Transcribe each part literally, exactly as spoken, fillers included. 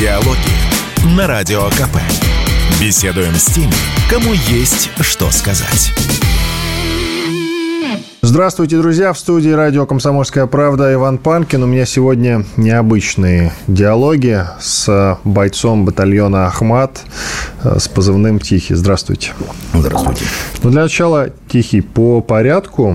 Диалоги на Радио КП. Беседуем с теми, кому есть что сказать. Здравствуйте, друзья! В студии радио «Комсомольская правда» Иван Панкин. У меня сегодня необычные диалоги с бойцом батальона «Ахмат» с позывным «Тихий». Здравствуйте. Здравствуйте. Ну, для начала, Тихий, по порядку.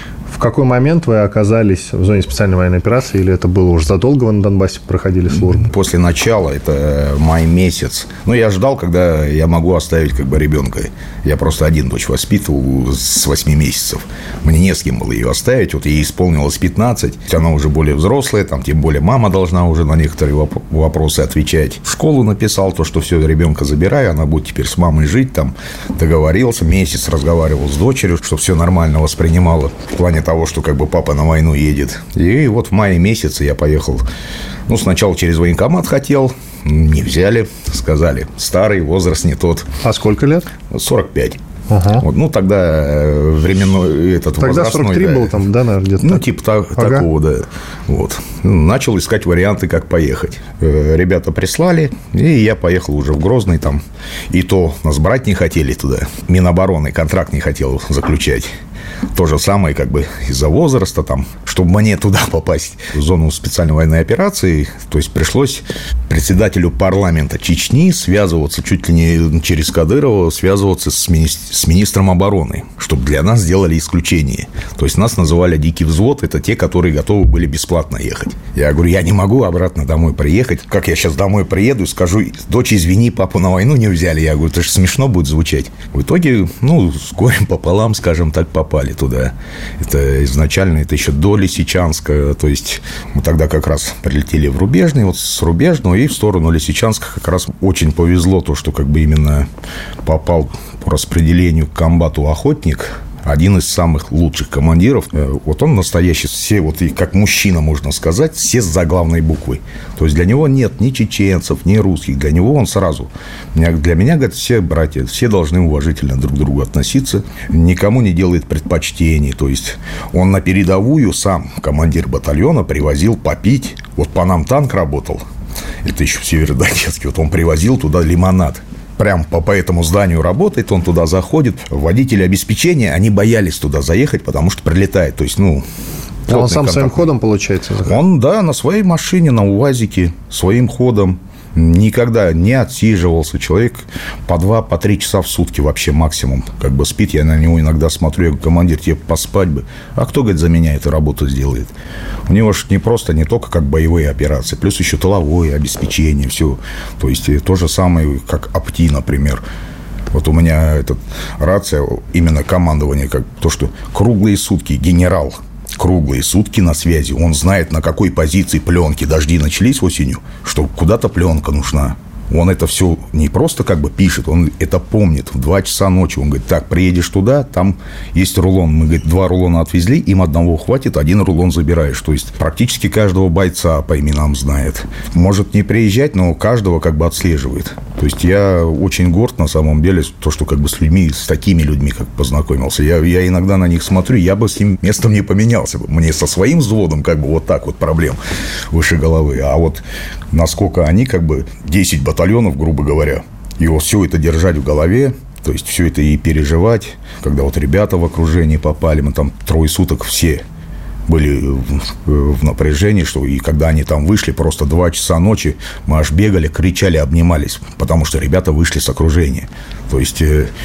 В какой момент вы оказались в зоне специальной военной операции, или это было уже задолго вы на Донбассе проходили службу? После начала, это май месяц. Ну, я ждал, когда я могу оставить как бы ребенка. Я просто один дочь воспитывал с восьми месяцев. Мне не с кем было ее оставить. Вот ей исполнилось пятнадцать. Она уже более взрослая, там, тем более мама должна уже на некоторые вопросы отвечать. В школу написал то, что все, ребенка забираю, она будет теперь с мамой жить. Там договорился, месяц разговаривал с дочерью, чтобы все нормально воспринимала в плане того, что как бы папа на войну едет. И вот в мае месяце я поехал. Ну, сначала через военкомат хотел, не взяли, сказали, старый, возраст не тот. А сколько лет? сорок пять. Ага. Вот, ну, тогда временной этот тогда возрастной... сорок три да, был там, да, наверное, где-то? Ну, типа та, ага. такого, да. Вот. Начал искать варианты, как поехать. Ребята прислали, и я поехал уже в Грозный там. И то нас брать не хотели туда. Минобороны контракт не хотел заключать. То же самое, как бы из-за возраста, там, чтобы мне туда попасть, в зону специальной военной операции, то есть пришлось председателю парламента Чечни связываться чуть ли не через Кадырова, связываться с, мини- с министром обороны, чтобы для нас сделали исключение. То есть нас называли «Дикий взвод», это те, которые готовы были бесплатно ехать. Я говорю, я не могу обратно домой приехать. Как я сейчас домой приеду и скажу, дочь, извини, папу на войну не взяли. Я говорю, это же смешно будет звучать. В итоге, ну, с горем пополам, скажем так, попали туда. Это изначально, это еще до Лисичанска. То есть мы тогда как раз прилетели в Рубежный, вот с Рубежного и в сторону Лисичанска как раз очень повезло то, что как бы именно попал по распределению к комбату охотник. Один из самых лучших командиров. Вот он настоящий, все вот, и как мужчина, можно сказать, все с заглавной буквой. То есть для него нет ни чеченцев, ни русских. Для него он сразу. Для меня, говорит, все братья, все должны уважительно друг к другу относиться. Никому не делает предпочтений. То есть он на передовую сам, командир батальона, привозил попить. Вот по нам танк работал. Это еще в Северодонецке. Вот он привозил туда лимонад. Прям по, по этому зданию работает, он туда заходит. Водители обеспечения, они боялись туда заехать, потому что прилетает. То есть, ну... А он сам своим ходом, получается? Он, да, на своей машине, на УАЗике, своим ходом. Никогда не отсиживался. Человек по два, по три часа в сутки вообще максимум как бы спит. Я на него иногда смотрю, я говорю, командир, тебе поспать бы. А кто, говорит, за меня эту работу сделает? У него же не просто, не только как боевые операции, плюс еще тыловое обеспечение, все. То есть, то же самое, как АПТИ, например. Вот у меня этот рация, именно командование, как то, что круглые сутки генерал, круглые сутки на связи. Он знает, на какой позиции пленки. Дожди начались осенью, что куда-то пленка нужна. Он это все не просто как бы пишет, он это помнит. В два часа ночи он говорит, так, приедешь туда, там есть рулон. Мы, говорит, два рулона отвезли, им одного хватит, один рулон забираешь. То есть практически каждого бойца по именам знает. Может не приезжать, но каждого как бы отслеживает. То есть я очень горд на самом деле, то, что как бы с людьми, с такими людьми как познакомился. Я, я иногда на них смотрю, я бы с ним местом не поменялся бы. Мне со своим взводом как бы вот так вот проблем выше головы. А вот насколько они как бы десять батальонов, грубо говоря, и вот все это держать в голове, то есть все это и переживать, когда вот ребята в окружении попали, мы там трое суток все были в, в напряжении, что и когда они там вышли, просто два часа ночи, мы аж бегали, кричали, обнимались, потому что ребята вышли с окружения. То есть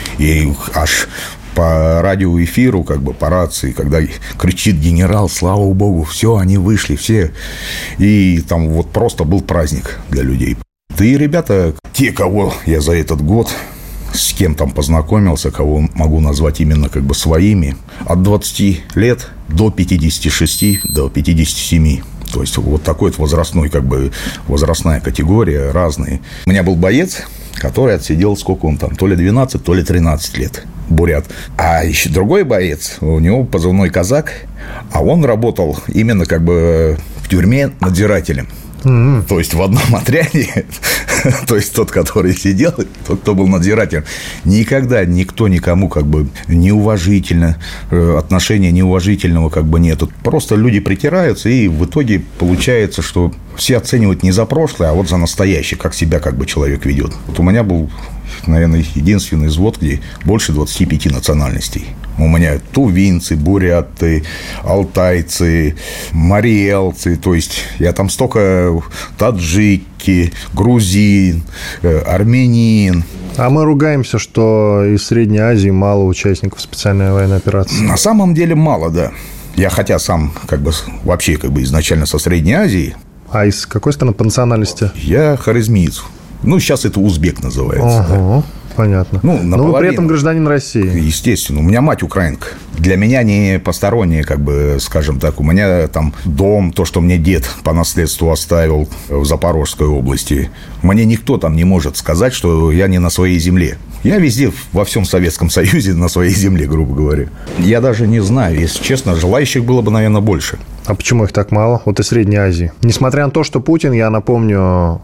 и аж по радиоэфиру, как бы по рации, когда кричит генерал, слава богу, все, они вышли, все. И там вот просто был праздник для людей. Да и ребята, те, кого я за этот год, с кем там познакомился, кого могу назвать именно как бы своими, от двадцати лет до пятидесяти шести, до пятидесяти семи. То есть вот такой вот возрастной, как бы возрастная категория, разные. У меня был боец, который отсидел, сколько он там, то ли двенадцать, то ли тринадцать лет, бурят. А еще другой боец, у него позывной «Казак», а он работал именно как бы в тюрьме надзирателем. Mm-hmm. То есть в одном отряде, то есть тот, который сидел, тот, кто был надзирателем, никогда никто никому как бы неуважительно, отношения неуважительного как бы нету. Просто люди притираются, и в итоге получается, что все оценивают не за прошлое, а вот за настоящее, как себя как бы человек ведет. Вот у меня был, наверное, единственный взвод, где больше двадцати пяти национальностей. У меня тувинцы, буряты, алтайцы, мариэлцы. То есть, я там столько таджики, грузин, армянин. А мы ругаемся, что из Средней Азии мало участников специальной военной операции. На самом деле мало, да. Я хотя сам как бы вообще как бы изначально со Средней Азии. А из какой страны по национальности? Я хорезмиец. Ну, сейчас это узбек называется. Ага, да. Понятно. Ну, но вы при этом гражданин России. Естественно. У меня мать украинка. Для меня не посторонняя, как бы, скажем так. У меня там дом, то, что мне дед по наследству оставил в Запорожской области. Мне никто там не может сказать, что я не на своей земле. Я везде, во всем Советском Союзе, на своей земле, грубо говоря. Я даже не знаю, если честно, желающих было бы, наверное, больше. А почему их так мало? Вот из Средней Азии. Несмотря на то, что Путин, я напомню,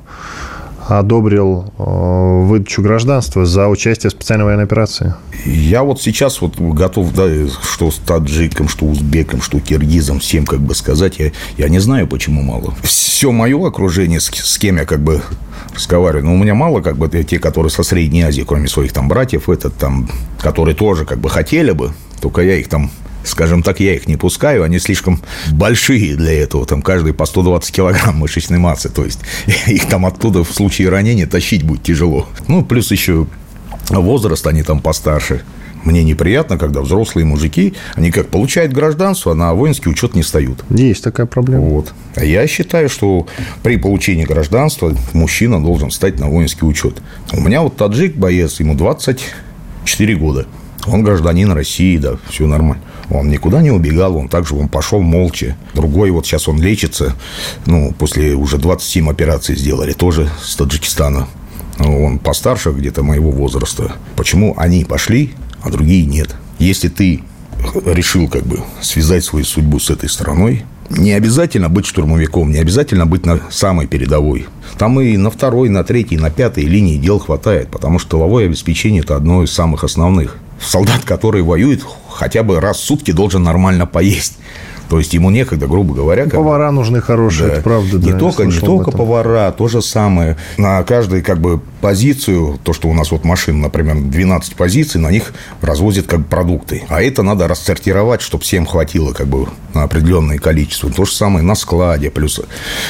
одобрил выдачу гражданства за участие в специальной военной операции. Я вот сейчас вот готов, да, что с таджиком, что узбеком, что киргизом, всем как бы сказать, я, я не знаю, почему мало. Все мое окружение, с, с кем я как бы разговариваю, но у меня мало как бы те, которые со Средней Азии, кроме своих там братьев, этот там, которые тоже как бы хотели бы, только я их там, скажем так, я их не пускаю, они слишком большие для этого, там каждый по сто двадцать килограмм мышечной массы, то есть их там оттуда в случае ранения тащить будет тяжело. Ну, плюс еще возраст, они там постарше. Мне неприятно, когда взрослые мужики, они как получают гражданство, а на воинский учет не встают. Есть такая проблема. Вот. А я считаю, что при получении гражданства мужчина должен встать на воинский учет. У меня вот таджик, боец, ему двадцать четыре года. Он гражданин России, да, все нормально. Он никуда не убегал, он также он пошел молча. Другой вот сейчас он лечится, ну, после уже двадцати семи операций сделали, тоже с Таджикистана. Он постарше где-то моего возраста. Почему они пошли, а другие нет? Если ты решил как бы связать свою судьбу с этой страной, не обязательно быть штурмовиком, не обязательно быть на самой передовой. Там и на второй, на третьей, на пятой линии дел хватает, потому что тыловое обеспечение – это одно из самых основных. Солдат, который воюет, хотя бы раз в сутки должен нормально поесть. То есть ему некогда, грубо говоря. Как... Повара нужны хорошие, да. Это правда. Не да, только, не только повара, то же самое. На каждую как бы позицию, то, что у нас вот машин, например, двенадцать позиций, на них развозят как бы продукты. А это надо рассортировать, чтобы всем хватило как бы на определенное количество. То же самое на складе, плюс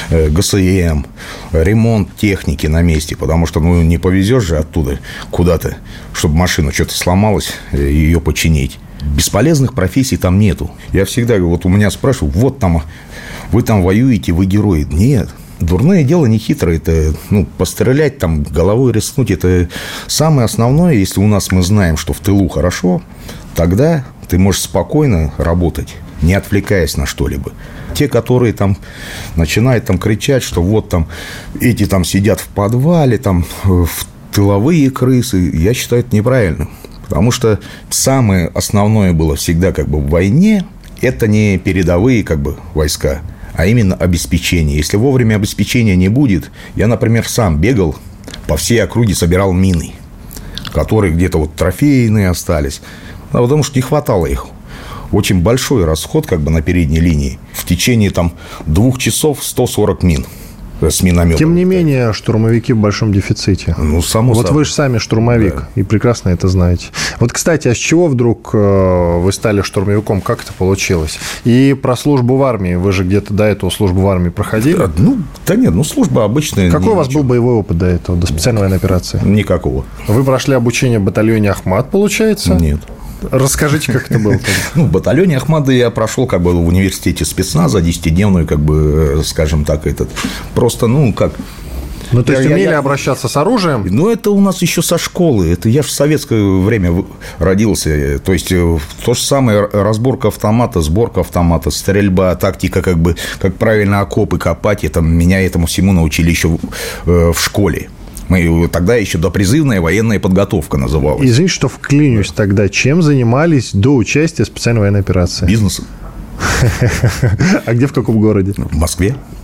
ГСМ, ремонт техники на месте. Потому что ну, не повезешь же оттуда куда-то, чтобы машина что-то сломалась, ее починить. Бесполезных профессий там нету. Я всегда, вот у меня спрашивают, вот там, вы там воюете, вы герои. Нет. Дурное дело не хитрое. Это, ну, пострелять, там, головой рискнуть. Это самое основное. Если у нас мы знаем, что в тылу хорошо, тогда ты можешь спокойно работать, не отвлекаясь на что-либо. Те, которые там начинают там кричать, что вот там эти там сидят в подвале, там в тыловые крысы, я считаю, это неправильно. Потому что самое основное было всегда как бы в войне, это не передовые как бы войска, а именно обеспечение. Если вовремя обеспечения не будет, я, например, сам бегал по всей округе, собирал мины, которые где-то вот трофейные остались, а потому что не хватало их. Очень большой расход как бы на передней линии. В течение там двух часов сто сорок мин. С минометом. Тем не менее, штурмовики в большом дефиците. Ну, само вот собой. Вы же сами штурмовик, да. И прекрасно это знаете. Вот, кстати, а с чего вдруг вы стали штурмовиком? Как это получилось? И про службу в армии. Вы же где-то до этого службу в армии проходили? Да, ну, да нет, ну, служба обычная. Какой у вас ничего. Был боевой опыт до этого, до специальной военной операции? Никакого. Вы прошли обучение в батальоне «Ахмат», получается? Нет. Расскажите, как это было. Ну, в батальоне Ахмада я прошел как бы в университете спецназа десятидневную, как бы, скажем так, этот. Просто, ну, как. Ну, то есть, я, умели я, обращаться с оружием? Ну, это у нас еще со школы. Это я же в советское время родился. То есть, то же самое разборка автомата, сборка автомата, стрельба, тактика, как бы, как правильно окопы копать. Это, меня этому всему научили еще в, в школе. Мы, тогда еще допризывная военная подготовка называлась. Извините, что вклинюсь тогда. Чем занимались до участия в специальной военной операции? Бизнесом. А где, в каком городе? В Москве.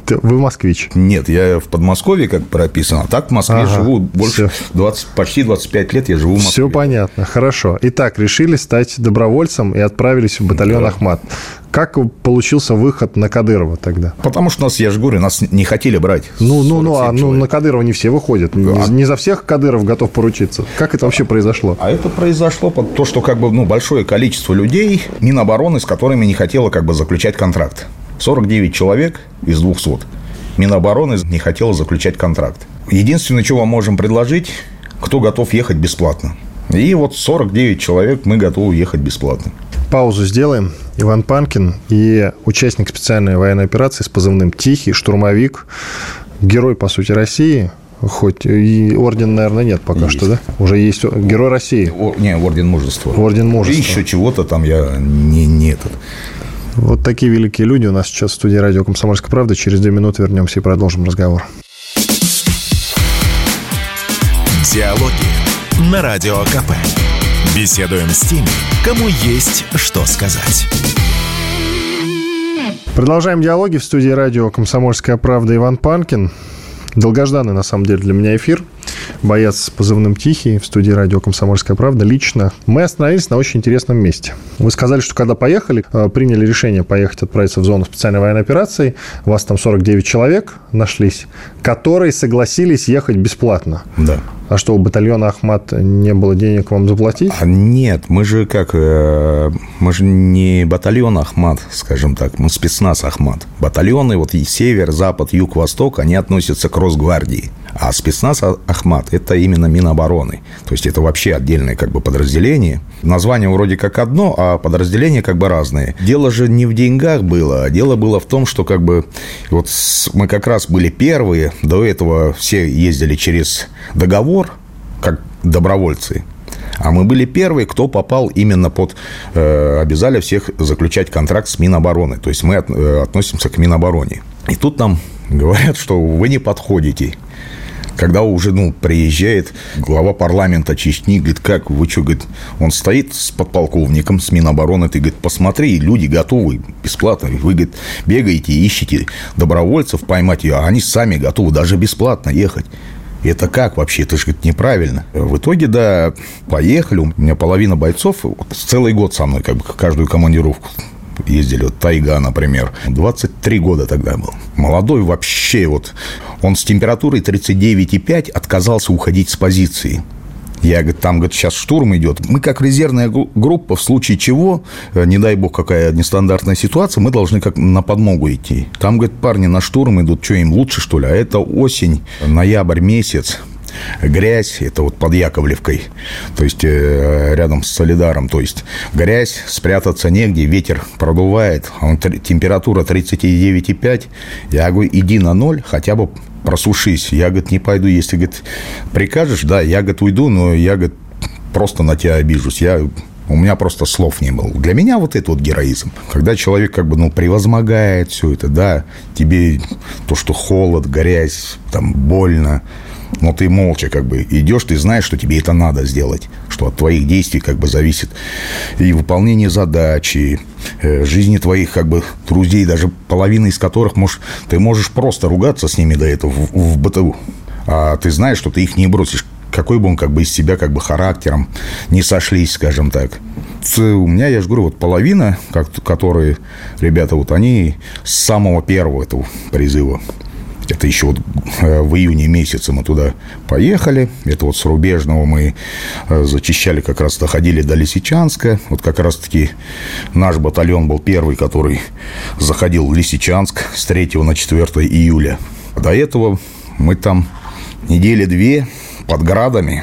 Вы москвич? Нет, я в Подмосковье как прописан, а так в Москве ага, живу больше двадцать, почти двадцать пять лет я живу в Москве. Все понятно, хорошо. Итак, решили стать добровольцем и отправились в батальон да. «Ахмат». Как получился выход на Кадырова тогда? Потому что нас, я же говорю, нас не хотели брать. Ну, ну, ну, а ну, на Кадырова не все выходят. А... Не, не за всех Кадыров готов поручиться. Как это вообще произошло? А это произошло под то, что как бы, ну, большое количество людей, Минобороны, с которыми не хотело как бы заключать контракт. сорок девять человек из двухсот. Минобороны не хотела заключать контракт. Единственное, что вам можем предложить, кто готов ехать бесплатно. И вот сорок девять человек мы готовы ехать бесплатно. Паузу сделаем. Иван Панкин и участник специальной военной операции с позывным «Тихий», штурмовик, герой, по сути, России. Хоть и орден, наверное, нет пока есть. Что, да? Уже есть герой России. О, не, орден мужества. Орден мужества. И еще чего-то там я не, не этот... Вот такие великие люди у нас сейчас в студии радио «Комсомольская правда». Через две минуты вернемся и продолжим разговор. Диалоги на Радио КП. Беседуем с теми, кому есть что сказать. Продолжаем диалоги в студии радио «Комсомольская правда» Иван Панкин. Долгожданный, на самом деле, для меня эфир. Боец с позывным «Тихий» в студии радио «Комсомольская правда». Лично мы остановились на очень интересном месте. Вы сказали, что когда поехали, приняли решение поехать отправиться в зону специальной военной операции. У вас там сорок девять человек нашлись, которые согласились ехать бесплатно. Да. А что, у батальона «Ахмат» не было денег вам заплатить? А нет, мы же как... Мы же не батальон «Ахмат», скажем так. Мы спецназ «Ахмат». Батальоны, вот и север, запад, юг, восток, они относятся к Росгвардии. А спецназ «Ахмат» – это именно Минобороны. То есть, это вообще отдельное как бы подразделение. Название вроде как одно, а подразделения как бы разные. Дело же не в деньгах было, а дело было в том, что как бы... Вот мы как раз были первые, до этого все ездили через договор, как добровольцы. А мы были первые, кто попал именно под... Э, обязали всех заключать контракт с Минобороны. То есть, мы от, э, относимся к Минобороне. И тут нам говорят, что вы не подходите. Когда уже, ну, приезжает глава парламента Чечни, говорит, как, вы что, говорит, он стоит с подполковником, с Минобороны, ты, говорит, посмотри, люди готовы бесплатно, вы, говорит, бегаете, ищете добровольцев поймать ее, а они сами готовы даже бесплатно ехать. Это как вообще? Это же, говорит, неправильно. В итоге, да, поехали. У меня половина бойцов целый год со мной, как бы, каждую командировку ездили. Вот Тайга, например. двадцать три года тогда был. Молодой вообще. Вот он с температурой тридцать девять и пять отказался уходить с позиции. Я, говорит, там, говорит, сейчас штурм идет. Мы, как резервная группа, в случае чего, не дай бог, какая нестандартная ситуация, мы должны как на подмогу идти. Там, говорит, парни на штурм идут, что им лучше, что ли? А это осень, ноябрь месяц. Грязь, это вот под Яковлевкой, то есть э, рядом с Солидаром, то есть грязь, спрятаться негде, ветер продувает, а он, температура тридцать девять и пять, я говорю, иди на ноль, хотя бы просушись. Я, говорит, не пойду, если, говорит, прикажешь, да, я, говорит, уйду, но я, говорит, просто на тебя обижусь, я... У меня просто слов не было. Для меня вот это вот героизм. Когда человек как бы, ну, превозмогает все это, да, тебе то, что холод, грязь, там, больно, но ты молча как бы идешь, ты знаешь, что тебе это надо сделать, что от твоих действий как бы зависит и выполнение задачи, э, жизни твоих как бы друзей, даже половина из которых можешь, ты можешь просто ругаться с ними до этого в, в быту, а ты знаешь, что ты их не бросишь. Какой бы он как бы из себя как бы характером не сошлись, скажем так. У меня, я же говорю, вот половина, как, которые ребята, вот они с самого первого этого призыва. Это еще вот в июне месяце мы туда поехали. Это вот с Рубежного мы зачищали, как раз доходили до Лисичанска. Вот как раз-таки наш батальон был первый, который заходил в Лисичанск с третьего на четвёртое июля. До этого мы там недели две под градами,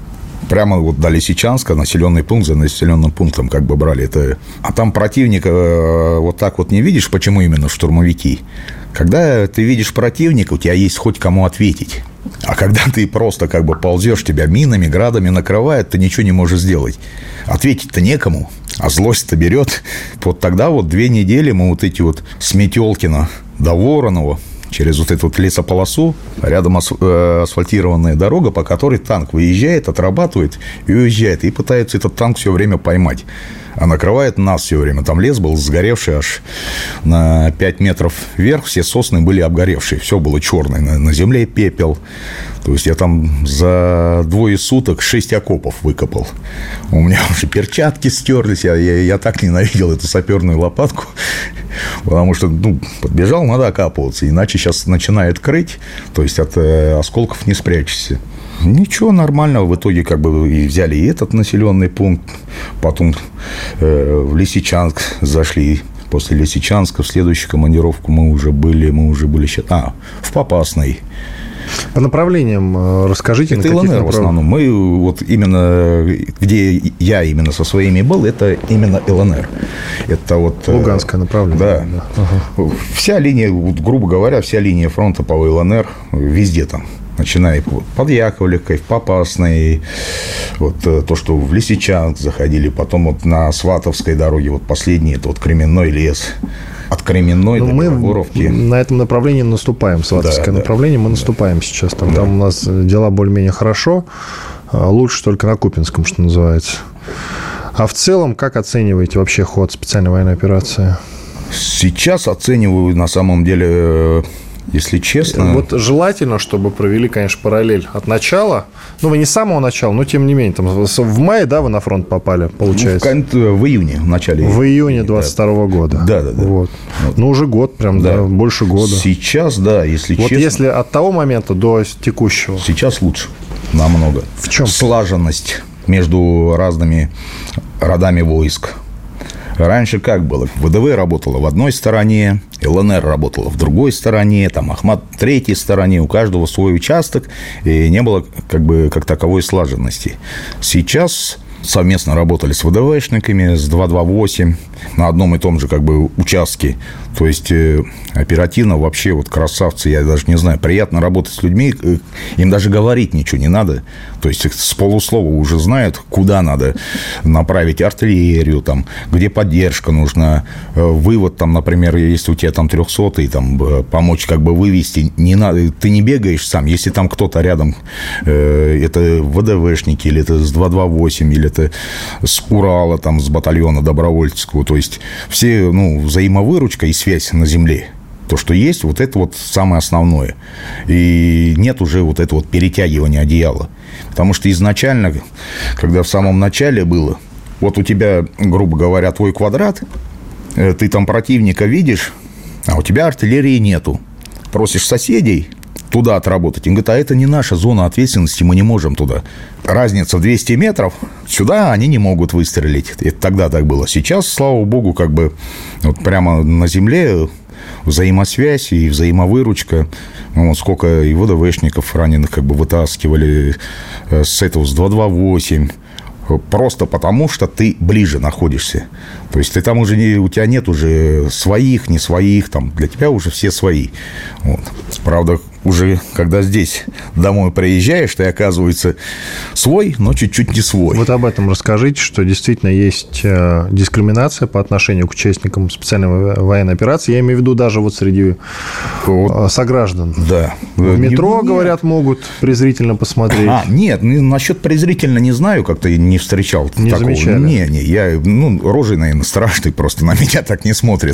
прямо вот до Лисичанска, населенный пункт за населенным пунктом как бы брали. Это... А там противника вот так вот не видишь, почему именно штурмовики? Когда ты видишь противника, у тебя есть хоть кому ответить. А когда ты просто как бы ползешь, тебя минами, градами накрывает, ты ничего не можешь сделать. Ответить-то некому, а злость-то берет. Вот тогда вот две недели мы вот эти вот с Метелкина до Воронова, через вот эту вот лесополосу, рядом асфальтированная дорога, по которой танк выезжает, отрабатывает и уезжает, и пытается этот танк все время поймать. А накрывает нас все время. Там лес был сгоревший аж на пять метров вверх. Все сосны были обгоревшие. Все было черное. На, на земле пепел. То есть я там за двое суток шесть окопов выкопал. У меня уже перчатки стерлись. Я, я, я так ненавидел эту саперную лопатку. Потому что, ну, подбежал, надо окапываться. Иначе сейчас начинает крыть. То есть от э, осколков не спрячешься. Ничего, нормального. В итоге как бы и взяли и этот населенный пункт. Потом э, в Лисичанск зашли. После Лисичанска в следующую командировку мы уже были, мы уже были сейчас... А, в Попасной. По направлениям расскажите. Это ЛНР направ... в основном. Мы вот именно, где я именно со своими был, это именно ЛНР. Это вот... Луганское направление. Да. да. Ага. Вся линия, вот, грубо говоря, вся линия фронта по ЛНР везде там. Начиная под Яковлевкой, в Попасной, вот то, что в Лисичанск заходили, потом вот на Сватовской дороге, вот последний, это вот Кременной лес. От Кременной Но до Белогоровки. Мы на этом направлении наступаем, Сватовское да, направление, да, мы наступаем да. сейчас. Там, да. там у нас дела более-менее хорошо, лучше только на Купинском, что называется. А в целом, как оцениваете вообще ход специальной военной операции? Сейчас оцениваю, на самом деле... Если честно... Вот желательно, чтобы провели, конечно, параллель от начала. Ну, вы не с самого начала, но тем не менее. Там, в мае, да, вы на фронт попали, получается? Ну, в, в июне, в начале. В июне двадцать второго да. года. Да, да, да. Вот. Вот. Ну, уже год прям, да. да, больше года. Сейчас, да, если вот честно... Вот если от того момента до текущего. Сейчас лучше, намного. В чем? Слаженность между разными родами войск. Раньше как было? ВДВ работала в одной стороне, ЛНР работала в другой стороне, там Ахмат в третьей стороне, у каждого свой участок, и не было как бы как таковой слаженности. Сейчас совместно работали с ВДВшниками, с два двадцать восемь на одном и том же как бы участке. То есть оперативно вообще вот красавцы, я даже не знаю, приятно работать с людьми, им даже говорить ничего не надо. То есть с полуслова уже знают, куда надо направить артиллерию, там, где поддержка нужна, вывод, там, например, если у тебя там трехсотый, там, помочь как бы вывести, не надо, ты не бегаешь сам, если там кто-то рядом, это ВДВшники, или это с два двадцать восемь, или это с Урала, там, с батальона добровольческого, то есть все, ну, взаимовыручка и связь на земле. То, что есть, вот это вот самое основное. И нет уже вот этого вот перетягивания одеяла. Потому что изначально, когда в самом начале было, вот у тебя, грубо говоря, твой квадрат, ты там противника видишь, а у тебя артиллерии нету. Просишь соседей туда отработать. Им говорят, а это не наша зона ответственности, мы не можем туда. Разница в двести метров, сюда они не могут выстрелить. Это тогда так было. Сейчас, слава богу, как бы вот прямо на земле взаимосвязь и взаимовыручка. Вот сколько и ВДВшников раненых как бы вытаскивали с этого, с два двадцать восемь. Просто потому, что ты ближе находишься. То есть ты там уже не, у тебя нет уже своих, не своих, там для тебя уже все свои. Вот. Правда, уже когда здесь домой приезжаешь, ты, оказывается, свой, но чуть-чуть не свой. Вот об этом расскажите, что действительно есть дискриминация по отношению к участникам специальной военной операции. Я имею в виду даже вот среди вот. сограждан. Да. В метро, нет. говорят, могут презрительно посмотреть. А, нет, насчет презрительно не знаю, как-то не встречал. Не такого. замечали? Не, не, я, ну, рожей, наверное, страшный, просто на меня так не смотрят.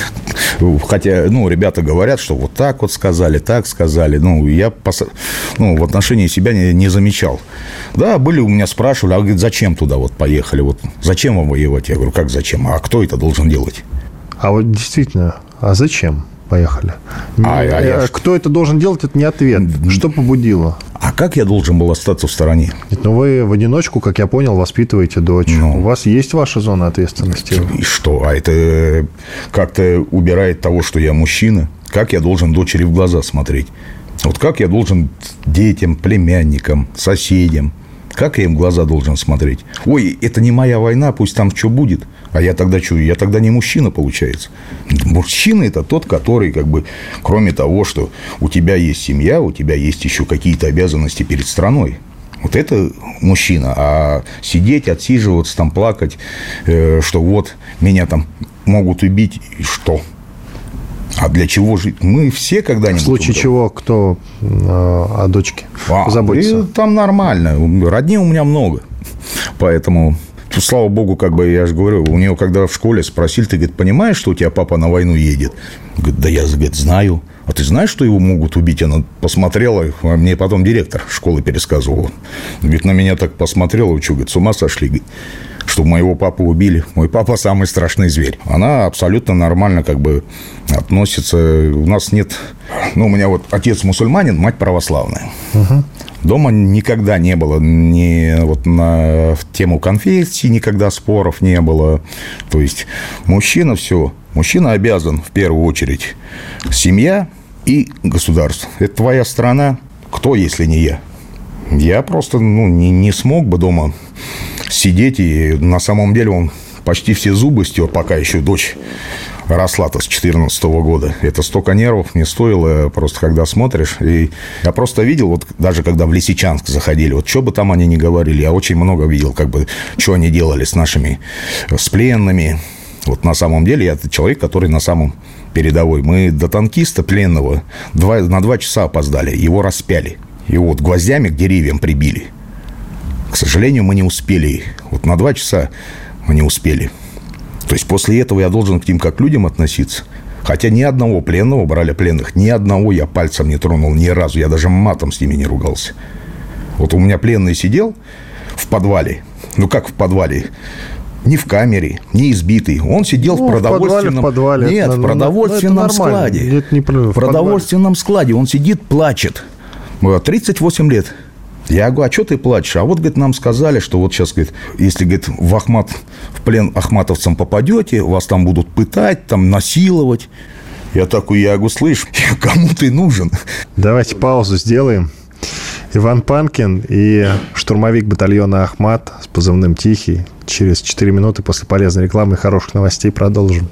Хотя, ну, ребята говорят, что вот так вот сказали, так сказали. Ну, я пос... ну, в отношении себя не, не замечал. Да, были у меня спрашивали, а говорит, зачем туда вот поехали? Вот зачем вам воевать? Я говорю, как зачем? А кто это должен делать? А вот действительно, а зачем поехали? А, а я... Кто это должен делать, это не ответ. Что побудило? А как я должен был остаться в стороне? Ну, вы в одиночку, как я понял, воспитываете дочь. Ну, у вас есть ваша зона ответственности? И что? А это как-то убирает того, что я мужчина? Как я должен дочери в глаза смотреть? Вот как я должен детям, племянникам, соседям, как я им в глаза должен смотреть? Ой, это не моя война, пусть там что будет. А я тогда что? Я тогда не мужчина, получается. Мужчина – это тот, который, как бы, кроме того, что у тебя есть семья, у тебя есть еще какие-то обязанности перед страной. Вот это мужчина. А сидеть, отсиживаться, там, плакать, э, что вот меня там могут убить, и что? А для чего жить? Мы все когда-нибудь... В случае чего кто э, о дочке а, позаботится? Там нормально. Родни у меня много. Поэтому Слава богу, как бы, я же говорю, у нее, когда в школе спросили, ты, говорит, понимаешь, что у тебя папа на войну едет? Говорит, да я, говорит, знаю. А ты знаешь, что его могут убить? Она посмотрела, а мне потом директор школы пересказывал. Говорит, на меня так посмотрела, что, говорит, с ума сошли, говорит, что моего папу убили. Мой папа самый страшный зверь. Она абсолютно нормально как бы относится. У нас нет... Ну, у меня вот отец мусульманин, мать православная. Угу. Дома никогда не было ни вот на тему конфессии, никогда споров не было. То есть мужчина все... Мужчина обязан, в первую очередь, семья и государство. Это твоя страна. Кто, если не я? Я просто ну, не, не смог бы дома сидеть. И на самом деле он почти все зубы стер, пока еще дочь росла-то с четырнадцатого года. Это столько нервов мне стоило, просто когда смотришь. И я просто видел, вот даже когда в Лисичанск заходили, вот что бы там они ни говорили, я очень много видел, как бы, что они делали с нашими, с пленными. Вот на самом деле я человек, который на самом передовой. Мы до танкиста пленного два, на два часа опоздали. Его распяли. Его вот гвоздями к деревьям прибили. К сожалению, мы не успели. Вот на два часа мы не успели. То есть после этого я должен к ним как к людям относиться. Хотя ни одного пленного, брали пленных, ни одного я пальцем не тронул ни разу. Я даже матом с ними не ругался. Вот у меня пленный сидел в подвале. Ну как в подвале? Не в камере, не избитый. Он сидел ну, в продовольственном... В подвале, в подвале. Нет, это, в продовольственном это складе. Это не... В продовольственном складе. Он сидит, плачет. тридцать восемь лет. Я говорю, а что ты плачешь? А вот, говорит, нам сказали, что вот сейчас, говорит, если, говорит, в Ахмат, в плен ахматовцам попадете, вас там будут пытать, там насиловать. Я такой, я говорю, слышь, кому ты нужен? Давайте паузу сделаем. Иван Панкин и штурмовик батальона «Ахмат» с позывным «Тихий». Через четыре минуты после полезной рекламы и хороших новостей продолжим.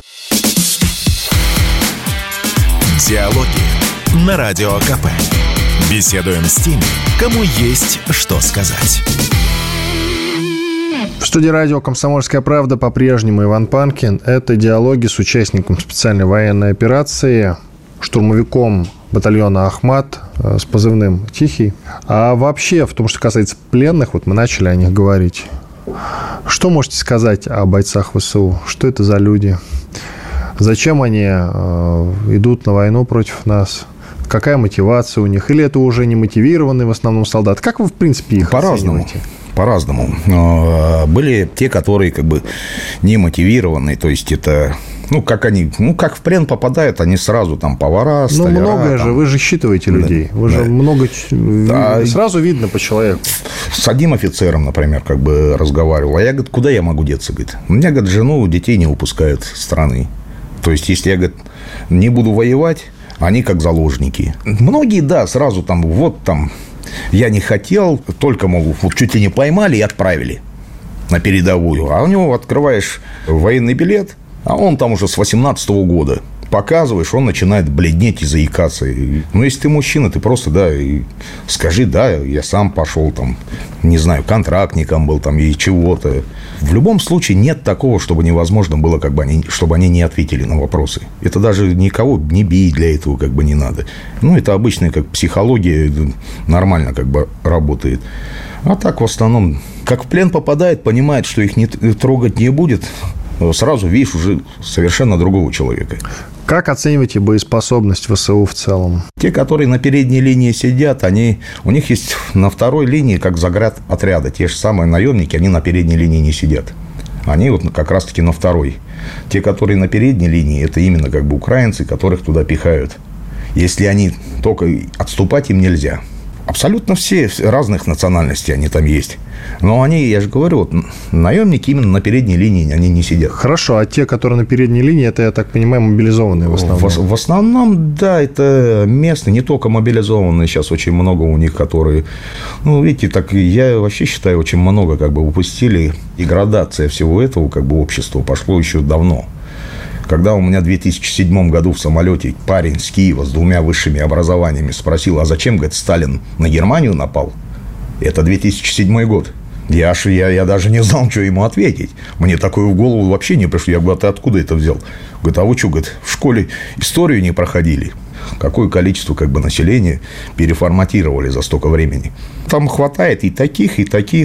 Диалоги на Радио КП. Беседуем с теми, кому есть что сказать. В студии радио «Комсомольская правда» по-прежнему Иван Панкин. Это диалоги с участником специальной военной операции, штурмовиком батальона «Ахмат» с позывным «Тихий». А вообще, в том, что касается пленных, вот мы начали о них говорить. Что можете сказать о бойцах ВСУ? Что это за люди? Зачем они э, идут на войну против нас? Какая мотивация у них? Или это уже не мотивированные в основном солдаты? Как вы, в принципе, их По-разному. оцениваете? По-разному. Были те, которые как бы не мотивированные, то есть это... Ну, как они, ну, как в плен попадают, они сразу там повара, столяра. Ну, многое там... же, вы же считываете людей. Да, вы да. же много... Да. Сразу видно по человеку. С одним офицером, например, как бы разговаривал. А я, говорит, куда я могу деться, говорит? У меня, говорит, жену, детей не выпускают с страны. То есть, если я, говорит, не буду воевать, они как заложники. Многие, да, сразу там, вот там, я не хотел, только, мол, вот чуть ли не поймали и отправили на передовую. А у него открываешь военный билет, а он там уже с восемнадцатого года. Показываешь, он начинает бледнеть и заикаться. Ну, если ты мужчина, ты просто, да, и скажи, да, я сам пошел там, не знаю, контрактником был там и чего-то. В любом случае нет такого, чтобы невозможно было, как бы они, чтобы они не ответили на вопросы. Это даже никого не бить для этого как бы не надо. Ну, это обычная как психология нормально как бы работает. А так в основном, как в плен попадает, понимает, что их не трогать не будет, сразу видишь уже совершенно другого человека. Как оцениваете боеспособность ВСУ в целом? Те, которые на передней линии сидят, они, у них есть на второй линии, как заградотряда, те же самые наемники, они на передней линии не сидят. Они вот как раз-таки на второй. Те, которые на передней линии, это именно как бы украинцы, которых туда пихают. Если они только отступать им нельзя. Абсолютно все разных национальностей они там есть. Но они, я же говорю, вот, наемники именно на передней линии, они не сидят. Хорошо, а те, которые на передней линии, это, я так понимаю, мобилизованные в основном? В, в основном, да, это местные, не только мобилизованные. Сейчас очень много у них, которые... Ну, видите, так я вообще считаю, очень много как бы упустили. И градация всего этого как бы общества пошло еще давно. Когда у меня в две тысячи седьмом году в самолете парень с Киева с двумя высшими образованиями спросил, а зачем, говорит, Сталин на Германию напал? Это две тысячи седьмой год. Я, я, я даже не знал, что ему ответить. Мне такое в голову вообще не пришло. Я говорю, а ты откуда это взял? Говорит, а вы что, говорит, в школе историю не проходили? Какое количество как бы населения переформатировали за столько времени? Там хватает и таких, и таких.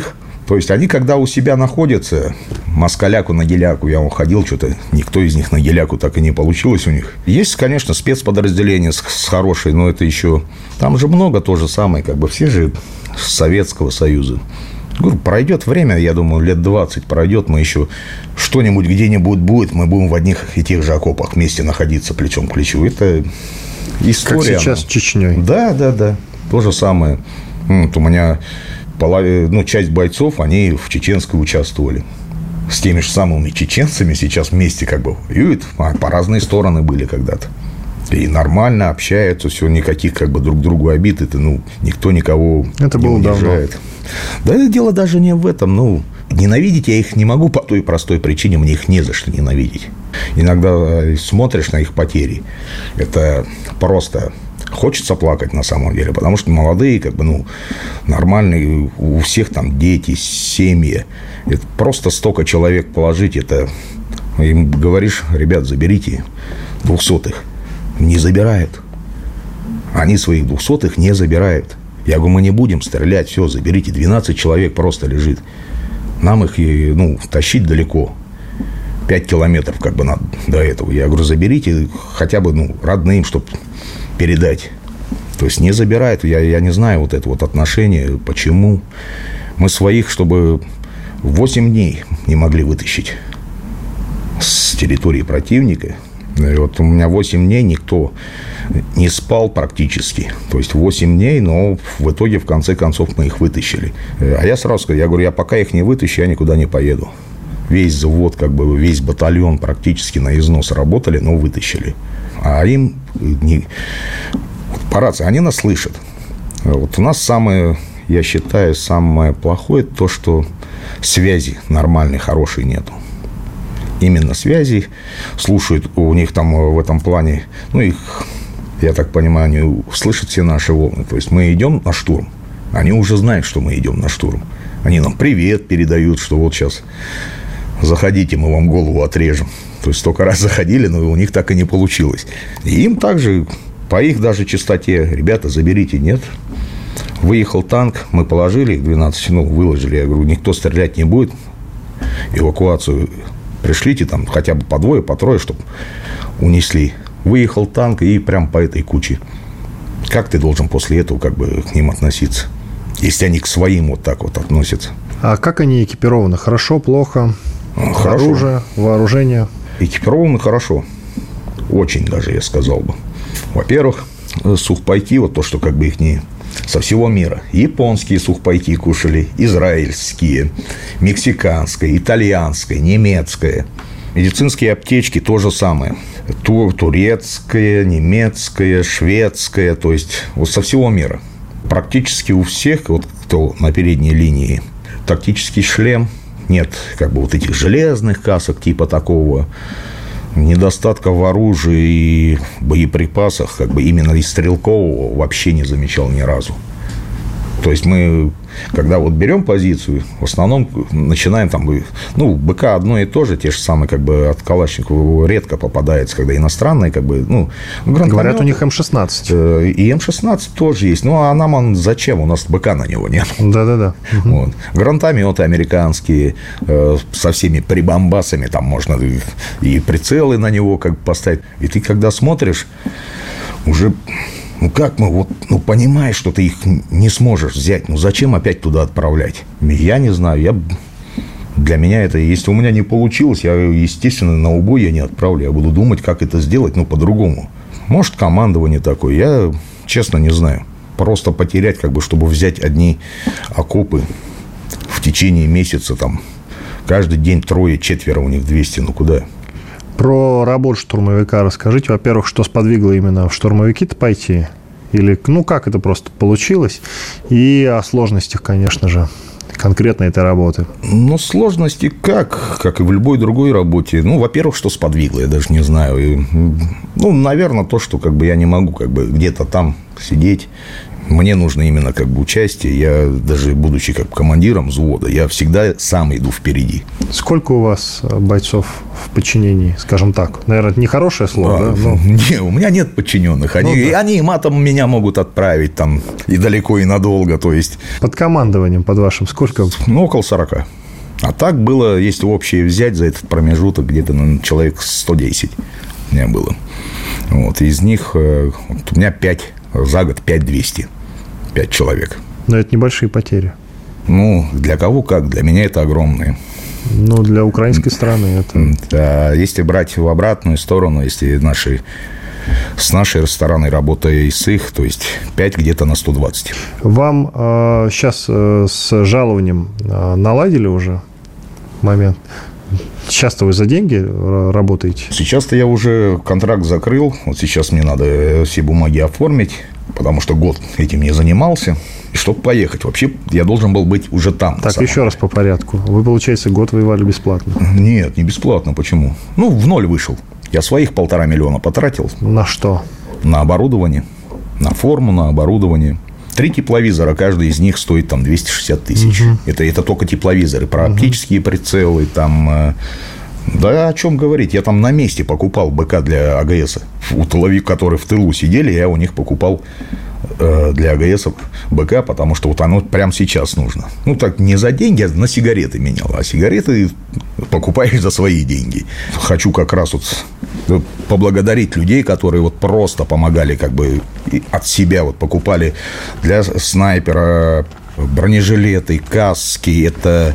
То есть, они, когда у себя находятся, москаляку на геляку, я уходил, что-то никто из них на геляку так и не получилось у них. Есть, конечно, спецподразделения с, с хорошей, но это еще... Там же много то же самое, как бы все же с Советского Союза. Говорю, пройдет время, я думаю, лет двадцать пройдет, мы еще что-нибудь где-нибудь будет, мы будем в одних и тех же окопах вместе находиться плечом к плечу. Это история. Как сейчас с Чечней. Да, да, да. То же самое. Вот у меня... Ну, часть бойцов, они в чеченской участвовали. С теми же самыми чеченцами сейчас вместе как бы воюют. А по разные стороны были когда-то. И нормально общаются, все, никаких как бы друг другу обид. Это, ну, никто никого это не унижает. Давно. Да, это дело даже не в этом. Ну, ненавидеть я их не могу по той простой причине, мне их не за что ненавидеть. Иногда смотришь на их потери, это просто... Хочется плакать на самом деле, потому что молодые, как бы, ну, нормальные, у всех там дети, семьи. Это просто столько человек положить, это... Им говоришь, ребят, заберите двухсотых. Не забирают. Они своих двухсотых не забирают. Я говорю, мы не будем стрелять, все, заберите. двенадцать человек просто лежит. Нам их, ну, тащить далеко. пять километров, как бы, надо до этого. Я говорю, заберите хотя бы, ну, родным, чтобы... передать. То есть, не забирают. Я, я не знаю вот это вот отношение. Почему? Мы своих, чтобы восемь дней не могли вытащить с территории противника. И вот у меня восемь дней никто не спал практически. То есть, восемь дней, но в итоге, в конце концов, мы их вытащили. А я сразу сказал, я говорю, я пока их не вытащу, я никуда не поеду. Весь завод, как бы, весь батальон практически на износ работали, но вытащили. А им не... по рации, они нас слышат. Вот у нас самое, я считаю, самое плохое то, что связи нормальной, хорошей нету. Именно связи слушают, у них там в этом плане, ну, их, я так понимаю, они слышат все наши волны. То есть, мы идем на штурм, они уже знают, что мы идем на штурм. Они нам привет передают, что вот сейчас заходите, мы вам голову отрежем. То есть, столько раз заходили, но у них так и не получилось. И им также, по их даже частоте, ребята, заберите, нет. Выехал танк, мы положили их двенадцать, ну, выложили. Я говорю, никто стрелять не будет. Эвакуацию пришлите там хотя бы по двое, по трое, чтобы унесли. Выехал танк и прям по этой куче. Как ты должен после этого как бы к ним относиться, если они к своим вот так вот относятся? А как они экипированы? Хорошо, плохо? Хорошо. Оружие, вооружение? Экипированы хорошо. Очень даже, я сказал бы. Во-первых, сухпайки, вот то, что как бы их не... Со всего мира. Японские сухпайки кушали, израильские, мексиканское, итальянское, немецкое. Медицинские аптечки то же самое. Турецкое, немецкое, шведское. То есть, вот со всего мира. Практически у всех, вот кто на передней линии, тактический шлем. Нет как бы вот этих железных касок типа такого. Недостатка в оружии и боеприпасах, как бы именно из стрелкового, вообще не замечал ни разу. То есть, мы, когда вот берем позицию, в основном начинаем там, ну, БК одно и то же, те же самые, как бы, от Калашникова редко попадается, когда иностранные, как бы, ну, говорят, у них эм шестнадцать. И эм шестнадцать тоже есть. Ну, а нам он зачем? У нас БК на него нет. Да-да-да. Вот. Гранатометы американские со всеми прибамбасами, там можно и прицелы на него как бы поставить. И ты, когда смотришь, уже... Ну, как мы, вот, ну, понимаешь, что ты их не сможешь взять. Ну, зачем опять туда отправлять? Я не знаю. Я... Для меня это... Если у меня не получилось, я, естественно, на убой я не отправлю. Я буду думать, как это сделать, ну, по-другому. Может, командование такое. Я, честно, не знаю. Просто потерять, как бы, чтобы взять одни окопы в течение месяца, там, каждый день трое, четверо у них двести. Ну, куда? Про работу штурмовика расскажите. Во-первых, что сподвигло именно в штурмовики-то пойти? Или, ну, как это просто получилось? И о сложностях, конечно же, конкретно этой работы. Ну, сложности как? Как и в любой другой работе. Ну, во-первых, что сподвигло, я даже не знаю. И, ну, наверное, то, что как бы я не могу как бы где-то там сидеть, Мне нужно именно как бы участие. Я даже будучи как командиром взвода, я всегда сам иду впереди. Сколько у вас бойцов в подчинении, скажем так? Наверное, это нехорошее слово, а, да? Но... Не, у меня нет подчиненных. Они, ну, да. они матом меня могут отправить там и далеко, и надолго. То есть... Под командованием, под вашим, сколько? Ну, около сорока. А так было, если общее взять за этот промежуток, где-то ну, человек сто десять у меня было. Вот. Из них вот, у меня пять, за год пять двести. пять человек. Но это небольшие потери. Ну, для кого как, для меня это огромные. Ну, для украинской страны это... Да, если брать в обратную сторону, если наши, с нашей стороны работая и с их, то есть пять где-то на сто двадцать. Вам э, сейчас э, с жалованием э, наладили уже момент? Сейчас-то вы за деньги работаете? Сейчас-то я уже контракт закрыл. Вот сейчас мне надо все бумаги оформить, потому что год этим не занимался. И чтобы поехать, вообще я должен был быть уже там. Так, еще раз по порядку. Вы, получается, год воевали бесплатно? Нет, не бесплатно. Почему? Ну, в ноль вышел. Я своих полтора миллиона потратил. На что? На оборудование, на форму, на оборудование. Три тепловизора, каждый из них стоит там двести шестьдесят тысяч. Угу. Это, это только тепловизоры. Про оптические угу. прицелы, там... Да о чем говорить? Я там на месте покупал БК для АГС. У тыловик, которые в тылу сидели, я у них покупал э, для АГС БК, потому что вот оно прямо сейчас нужно. Ну, так не за деньги, а на сигареты менял. А сигареты покупаешь за свои деньги. Хочу как раз вот поблагодарить людей, которые вот просто помогали как бы от себя. Вот покупали для снайпера бронежилеты, каски. Это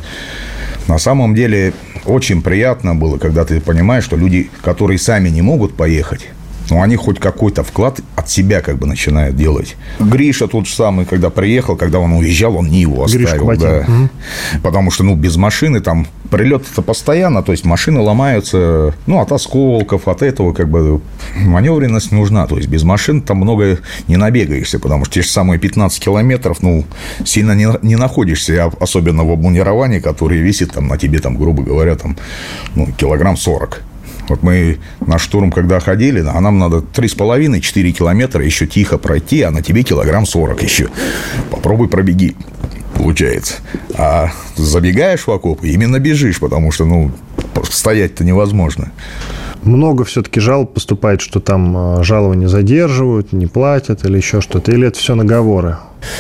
на самом деле... Очень приятно было, когда ты понимаешь, что люди, которые сами не могут поехать, но они хоть какой-то вклад от себя как бы начинают делать. Гриша тот же самый, когда приехал, когда он уезжал, он не его оставил. Да. Угу. Потому что, ну, без машины там прилет-то постоянно, то есть машины ломаются, ну, от осколков, от этого как бы маневренность нужна. То есть без машин там много не набегаешься, потому что те же самые пятнадцать километров, ну, сильно не, не находишься, особенно в обмундировании, которое весит там на тебе, там, грубо говоря, там, ну, килограмм сорок. Вот мы на штурм, когда ходили, а нам надо три с половиной - четыре километра еще тихо пройти, а на тебе килограмм сорок еще. Попробуй пробеги, получается. А забегаешь в окоп, именно бежишь, потому что, ну, стоять-то невозможно. Много все-таки жалоб поступает, что там жалования задерживают, не платят или еще что-то? Или это все наговоры?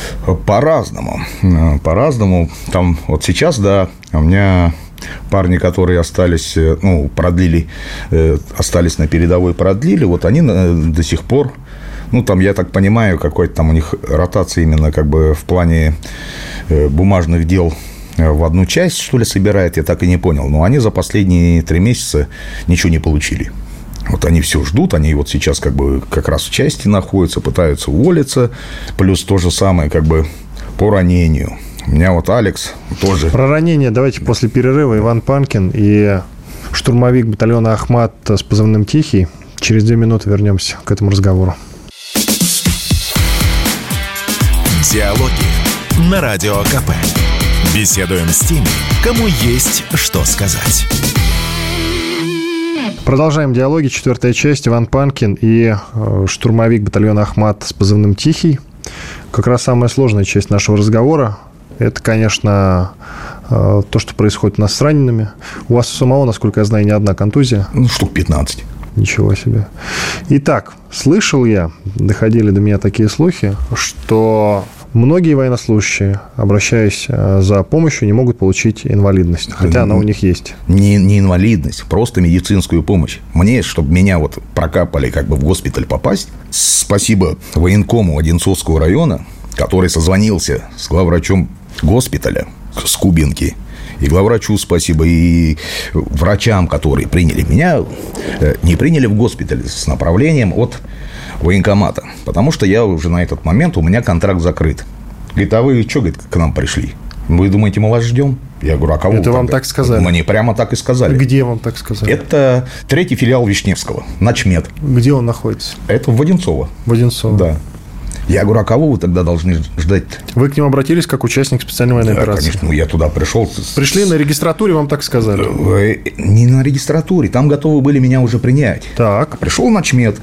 По-разному. По-разному. Там вот сейчас, да, у меня... Парни, которые остались, ну, продлили, остались на передовой, продлили, вот они до сих пор, ну, там, я так понимаю, какой-то там у них ротация именно как бы в плане бумажных дел в одну часть, что ли, собирает, я так и не понял. Но они за последние три месяца ничего не получили. Вот они все ждут, они вот сейчас как бы как раз в части находятся, пытаются уволиться, плюс то же самое как бы по ранению. У меня вот Алекс тоже. Про ранение давайте после перерыва. Иван Панкин и штурмовик батальона «Ахмат» с позывным «Тихий». Через две минуты вернемся к этому разговору. Диалоги на Радио КП. Беседуем с теми, кому есть что сказать. Продолжаем диалоги. Четвертая часть. Иван Панкин и штурмовик батальона «Ахмат» с позывным «Тихий». Как раз самая сложная часть нашего разговора. Это, конечно, то, что происходит у нас с ранеными. У вас у самого, насколько я знаю, не одна контузия. Ну, штук пятнадцать. Ничего себе. Итак, слышал я, доходили до меня такие слухи, что многие военнослужащие, обращаясь за помощью, не могут получить инвалидность, хотя она у них есть. Не, не инвалидность, просто медицинскую помощь. Мне, чтобы меня вот прокапали как бы в госпиталь попасть, спасибо военкому Одинцовского района, который созвонился с главврачом госпиталя с Кубинки. И главврачу спасибо, и врачам, которые приняли меня, не приняли в госпиталь с направлением от военкомата. Потому что я уже на этот момент, у меня контракт закрыт. Говорит, а вы что, говорит, к нам пришли? Вы думаете, мы вас ждем? Я говорю, а кого? Это вам так сказали? Мне прямо так и сказали. Где вам так сказали? Это третий филиал Вишневского, Начмед. Где он находится? Это в Одинцово. В Одинцово. Да. Я говорю, а кого вы тогда должны ждать? Вы к ним обратились как участник специальной военной да, операции? Конечно, ну, я туда пришел. Пришли на регистратуре, вам так сказали? Не на регистратуре, там готовы были меня уже принять. Так. Пришел Начмед,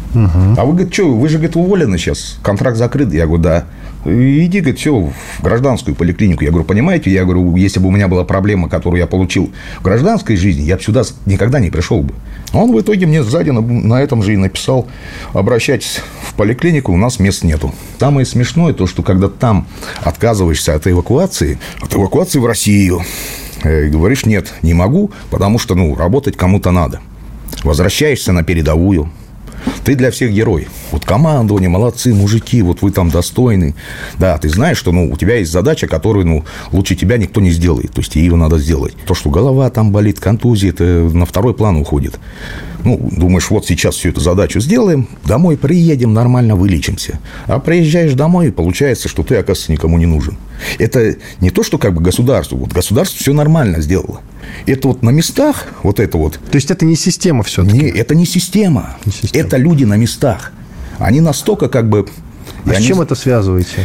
Угу. А вы, говорит, что, вы же, говорит, уволены сейчас, контракт закрыт. Я говорю, да. Иди, говорит, все, в гражданскую поликлинику. Я говорю, понимаете, я говорю, если бы у меня была проблема, которую я получил в гражданской жизни, я бы сюда никогда не пришел бы. Он в итоге мне сзади на, на этом же и написал: обращайтесь в поликлинику, у нас мест нету. Самое смешное то, что когда там отказываешься от эвакуации, от эвакуации в Россию, э, говоришь, нет, не могу, потому что, ну, работать кому-то надо. Возвращаешься на передовую. Ты для всех герой. Вот командование, молодцы, мужики, вот вы там достойны. Да, ты знаешь, что, ну, у тебя есть задача, которую, ну, лучше тебя никто не сделает. То есть, ее надо сделать. То, что голова там болит, контузия, это на второй план уходит. Ну, думаешь, вот сейчас всю эту задачу сделаем, домой приедем, нормально вылечимся. А приезжаешь домой, и получается, что ты, оказывается, никому не нужен. Это не то, что как бы государство. Вот государство все нормально сделало. Это вот на местах, вот это вот. То есть, это не система все-таки? Не, это не система. Не система. Это люди на местах. Они настолько как бы... А с чем не... это связываете?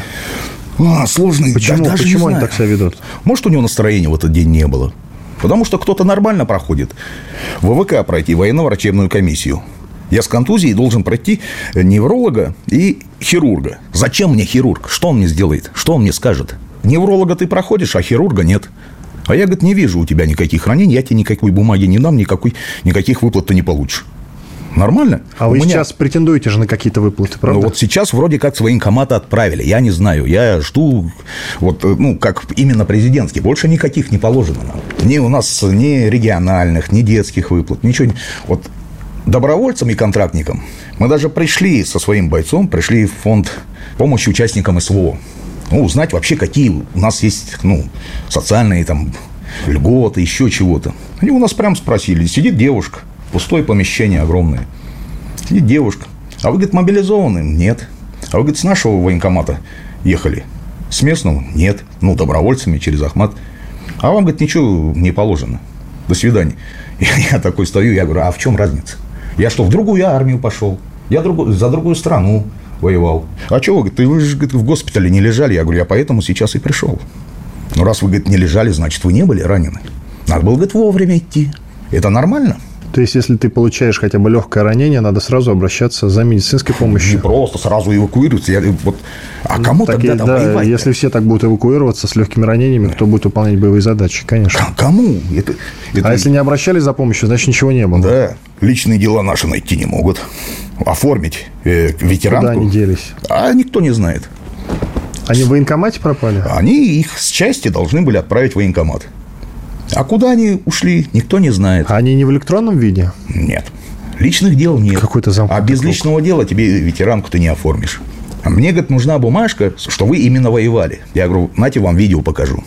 А, сложно. Почему, даже Почему они так себя ведут? Может, у него настроения в этот день не было. Потому что кто-то нормально проходит в ВВК пройти, военно-врачебную комиссию. Я с контузией должен пройти невролога и хирурга. Зачем мне хирург? Что он мне сделает? Что он мне скажет? Невролога ты проходишь, а хирурга нет. А я, говорит, не вижу у тебя никаких ранений, я тебе никакой бумаги не дам, никакой, никаких выплат ты не получишь. Нормально? А у вы меня... сейчас претендуете же на какие-то выплаты, правда? Ну, вот сейчас вроде как с военкомата отправили. Я не знаю. Я жду, вот, ну, как именно президентский. Больше никаких не положено нам. Ни у нас ни региональных, ни детских выплат, ничего. Вот добровольцам и контрактникам мы даже пришли со своим бойцом, пришли в фонд помощи участникам СВО. Ну, узнать вообще, какие у нас есть, ну, социальные там льготы, еще чего-то. Они у нас прям спросили. Сидит девушка, пустое помещение огромное. Сидит девушка. А вы, говорит, мобилизованы? Нет. А вы, говорит, с нашего военкомата ехали? С местного? Нет. Ну, добровольцами через Ахмат. А вам, говорит, ничего не положено. До свидания. И я такой стою, я говорю, а в чем разница? Я что, в другую армию пошел? Я другу, за другую страну воевал. А что вы, говорит, вы же, говорит, в госпитале не лежали? Я говорю, я поэтому сейчас и пришел. Ну, раз вы, говорит, не лежали, значит, вы не были ранены. Надо было, говорит, вовремя идти. Это нормально? То есть, если ты получаешь хотя бы легкое ранение, надо сразу обращаться за медицинской помощью. Не просто сразу эвакуироваться. Я, вот, а кому так тогда и, там да, воевать? Если все так будут эвакуироваться с легкими ранениями, кто будет выполнять боевые задачи, конечно. К- кому? Это, это... А если не обращались за помощью, значит, ничего не было. Да, личные дела наши найти не могут. Оформить э, ветеранку. Куда они делись? А никто не знает. Они в военкомате пропали? Они их с части должны были отправить в военкомат. А куда они ушли, никто не знает. А они не в электронном виде? Нет. Личных дел нет. Какой-то замкнутый А без круг. личного дела тебе ветеранку ты не оформишь. А мне, говорит, нужна бумажка, что вы именно воевали. Я говорю, нате, вам видео покажу.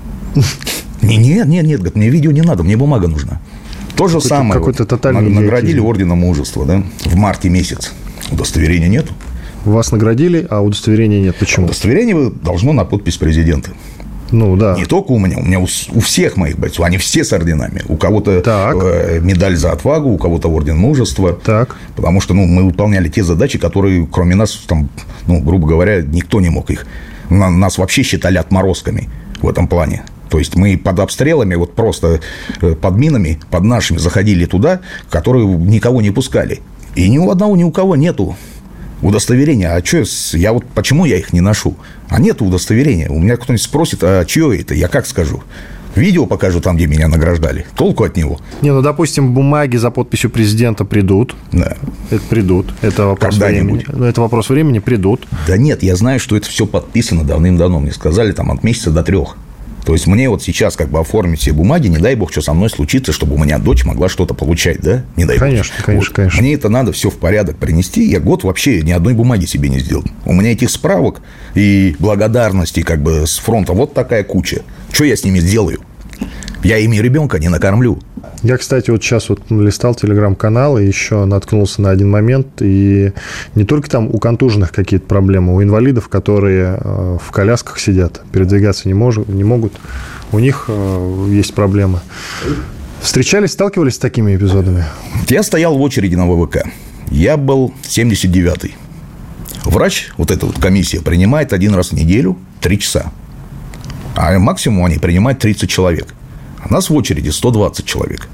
Нет, нет, нет, нет, говорит, мне видео не надо, мне бумага нужна. То же самое. Какой-то вот, тотальный наградили идиотизм. орденом мужества, да, в марте месяц. Удостоверения нету. Вас наградили, а удостоверения нет. Почему? Удостоверение должно на подпись президента. Ну, да. Не только у меня, у меня у, у всех моих бойцов, они все с орденами. У кого-то э, медаль за отвагу, у кого-то орден мужества. Так. Потому что, ну, мы выполняли те задачи, которые, кроме нас, там, ну, грубо говоря, никто не мог их. На, нас вообще считали отморозками в этом плане. То есть, мы под обстрелами, вот просто под минами, под нашими заходили туда, которые никого не пускали. И ни у одного, ни у кого нету удостоверения. А что, я вот почему я их не ношу? А нету удостоверения. У меня кто-нибудь спросит, а чье это? Я как скажу? Видео покажу там, где меня награждали. Толку от него. Не, ну, допустим, бумаги за подписью президента придут. Да. Это придут. Это вопрос времени. Ну, это вопрос времени, придут. Да нет, я знаю, что это все подписано давным-давно. Мне сказали, там, от месяца до трех. То есть, мне вот сейчас как бы оформить все бумаги, не дай бог, что со мной случится, чтобы у меня дочь могла что-то получать, да? Не дай конечно, бог. Конечно, вот. конечно. Мне это надо все в порядок принести. Я год вообще ни одной бумаги себе не сделал. У меня этих справок и благодарностей как бы с фронта вот такая куча. Что я с ними сделаю? Я ими ребенка не накормлю. Я, кстати, вот сейчас вот листал телеграм-канал и еще наткнулся на один момент. И не только там у контуженных какие-то проблемы, у инвалидов, которые в колясках сидят, передвигаться не, мож, не могут, у них есть проблемы. Встречались, сталкивались с такими эпизодами? Я стоял в очереди на ВВК. Я был семьдесят девятый. Врач, вот эта вот комиссия, принимает один раз в неделю три часа. А максимум они принимают тридцать человек. А нас в очереди сто двадцать человек.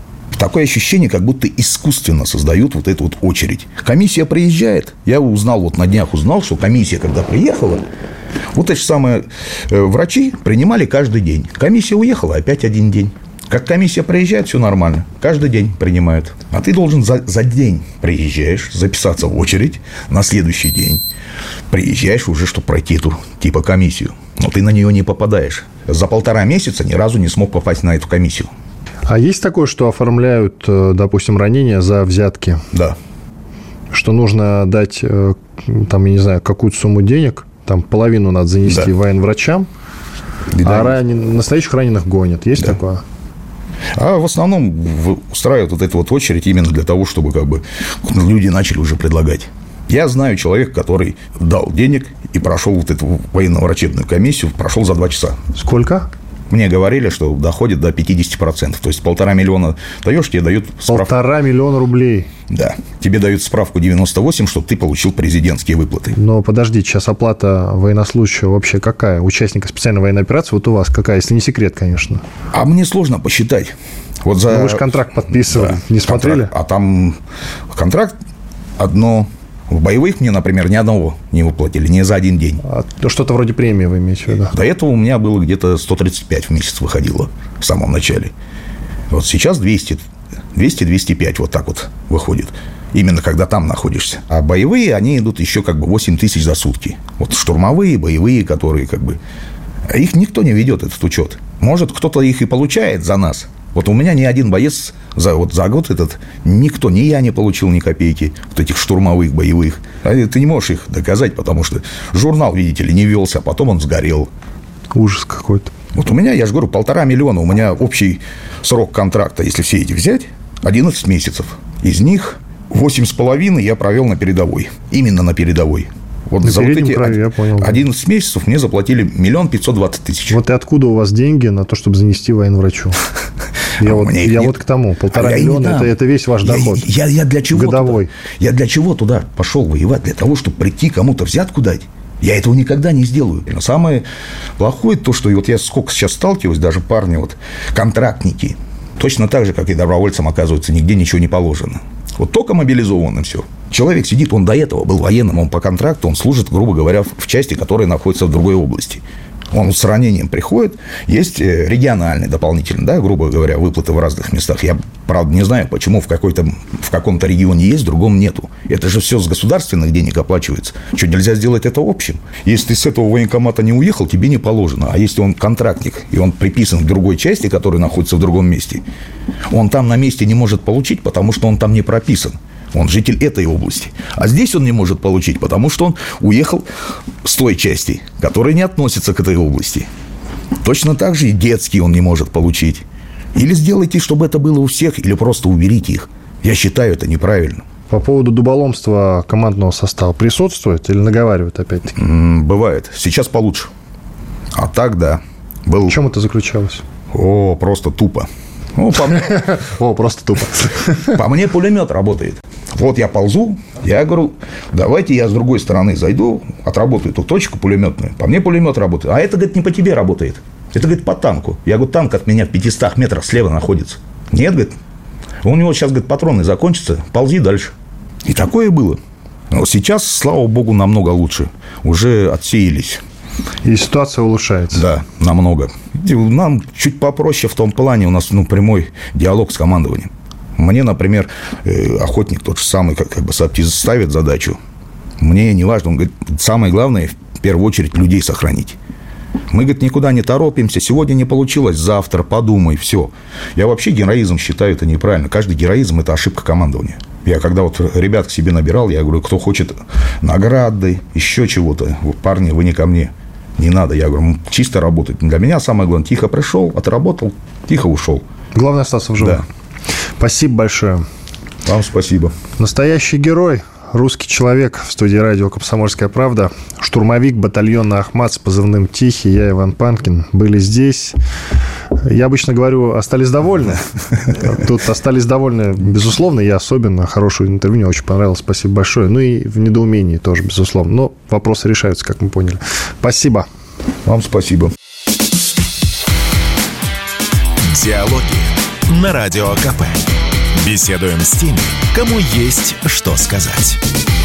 Такое ощущение, как будто искусственно создают вот эту вот очередь. Комиссия приезжает. Я узнал, вот на днях узнал, что комиссия, когда приехала, вот эти самые врачи принимали каждый день. Комиссия уехала, опять один день. Как комиссия приезжает, все нормально. Каждый день принимают. А ты должен за, за день приезжаешь, записаться в очередь. На следующий день приезжаешь уже, чтобы пройти эту типа комиссию. Но ты на нее не попадаешь. За полтора месяца ни разу не смог попасть на эту комиссию. А есть такое, что оформляют, допустим, ранения за взятки? Да. Что нужно дать, там, я не знаю, какую-то сумму денег, там половину надо занести да. военврачам, да, а ран... настоящих раненых гонят. Есть да. такое? А в основном устраивают вот эту вот очередь именно для того, чтобы как бы люди начали уже предлагать. Я знаю человека, который дал денег и прошел вот эту военно-врачебную комиссию, прошел за два часа. Сколько? Мне говорили, что доходит до пятьдесят процентов. То есть полтора миллиона даешь, тебе дают справку. Полтора миллиона рублей. Да. Тебе дают справку девяносто восемь, чтобы ты получил президентские выплаты. Но подожди, сейчас оплата военнослужащего вообще какая? Участника специальной военной операции вот у вас какая? Если не секрет, конечно. А мне сложно посчитать. Вот за... Ну, вы же контракт подписывали. Да, не смотрели? Контракт. А там контракт одно... В боевых мне, например, ни одного не выплатили, ни за один день. А что-то вроде премии вы имеете в виду? До этого у меня было где-то сто тридцать пять в месяц выходило в самом начале. Вот сейчас двести, двести двести пять вот так вот выходит. Именно когда там находишься. А боевые, они идут еще как бы восемь тысяч за сутки. Вот штурмовые, боевые, которые как бы... Их никто не ведет, этот учет. Может, кто-то их и получает за нас. Вот у меня ни один боец за, вот за год этот, никто, ни я не получил ни копейки вот этих штурмовых, боевых. А ты не можешь их доказать, потому что журнал, видите ли, не велся, а потом он сгорел. Ужас какой-то. Вот у меня, я же говорю, полтора миллиона. У меня общий срок контракта, если все эти взять, одиннадцать месяцев. Из них восемь с половиной я провел на передовой. Именно на передовой. Вот на за вот эти краю, я понял, одиннадцать да. месяцев мне заплатили миллион пятьсот двадцать тысяч. Вот и откуда у вас деньги на то, чтобы занести военврачу? Я, а вот, я вот к тому. Полтора а миллиона – это, это весь ваш доход. Я, я, я для чего годовой. Туда, я для чего туда пошел воевать? Для того, чтобы прийти кому-то взятку дать? Я этого никогда не сделаю. Но самое плохое то, что вот я сколько сейчас сталкиваюсь, даже парни, вот, контрактники, точно так же, как и добровольцам, оказывается, нигде ничего не положено. Вот только мобилизованным все. Человек сидит, он до этого был военным, он по контракту, он служит, грубо говоря, в части, которая находится в другой области. Он с ранением приходит, есть региональные дополнительные, да, грубо говоря, выплаты в разных местах. Я, правда, не знаю, почему в, какой-то, в каком-то регионе есть, в другом нету. Это же все с государственных денег оплачивается. Что, нельзя сделать это общим? Если ты с этого военкомата не уехал, тебе не положено. А если он контрактник, и он приписан к другой части, которая находится в другом месте, он там на месте не может получить, потому что он там не прописан. Он житель этой области. А здесь он не может получить, потому что он уехал с той части, которая не относится к этой области. Точно так же и детский он не может получить. Или сделайте, чтобы это было у всех, или просто уберите их. Я считаю, это неправильно. По поводу дуболомства командного состава присутствует или наговаривают опять-таки? Бывает. Сейчас получше. А так, да. Был... В чем это заключалось? О, просто тупо. Ну, по мне... О, просто тупо. По мне пулемет работает. Вот я ползу, я говорю, давайте я с другой стороны зайду, отработаю эту точку пулеметную. По мне пулемет работает. А это, говорит, не по тебе работает. Это, говорит, по танку. Я говорю, танк от меня в пятистах метрах слева находится. Нет, говорит, у него сейчас, говорит, патроны закончатся, ползи дальше. И такое было. Но сейчас, слава богу, намного лучше. Уже отсеялись. И ситуация улучшается. Да, намного. Нам чуть попроще в том плане, у нас ну, прямой диалог с командованием. Мне, например, охотник тот же самый, как, как бы ставит задачу. Мне не важно, он говорит, самое главное, в первую очередь, людей сохранить. Мы, говорит, никуда не торопимся, сегодня не получилось, завтра подумай, все. Я вообще героизм считаю это неправильно. Каждый героизм – это ошибка командования. Я когда вот ребят к себе набирал, я говорю, кто хочет награды, еще чего-то, парни, вы не ко мне. Не надо, я говорю, чисто работать. Для меня самое главное, тихо пришел, отработал, тихо ушел. Главное остаться в живых. Да. Спасибо большое. Вам спасибо. Настоящий герой, русский человек в студии радио «Комсомольская правда», штурмовик батальона «Ахмат» с позывным «Тихий», я Иван Панкин, были здесь. Я обычно говорю, остались довольны. Тут остались довольны, безусловно, я особенно. Хорошее интервью, мне очень понравилось, спасибо большое. Ну и в недоумении тоже, безусловно. Но вопросы решаются, как мы поняли. Спасибо. Вам спасибо. Диалоги на Радио КП. Беседуем с теми, кому есть что сказать.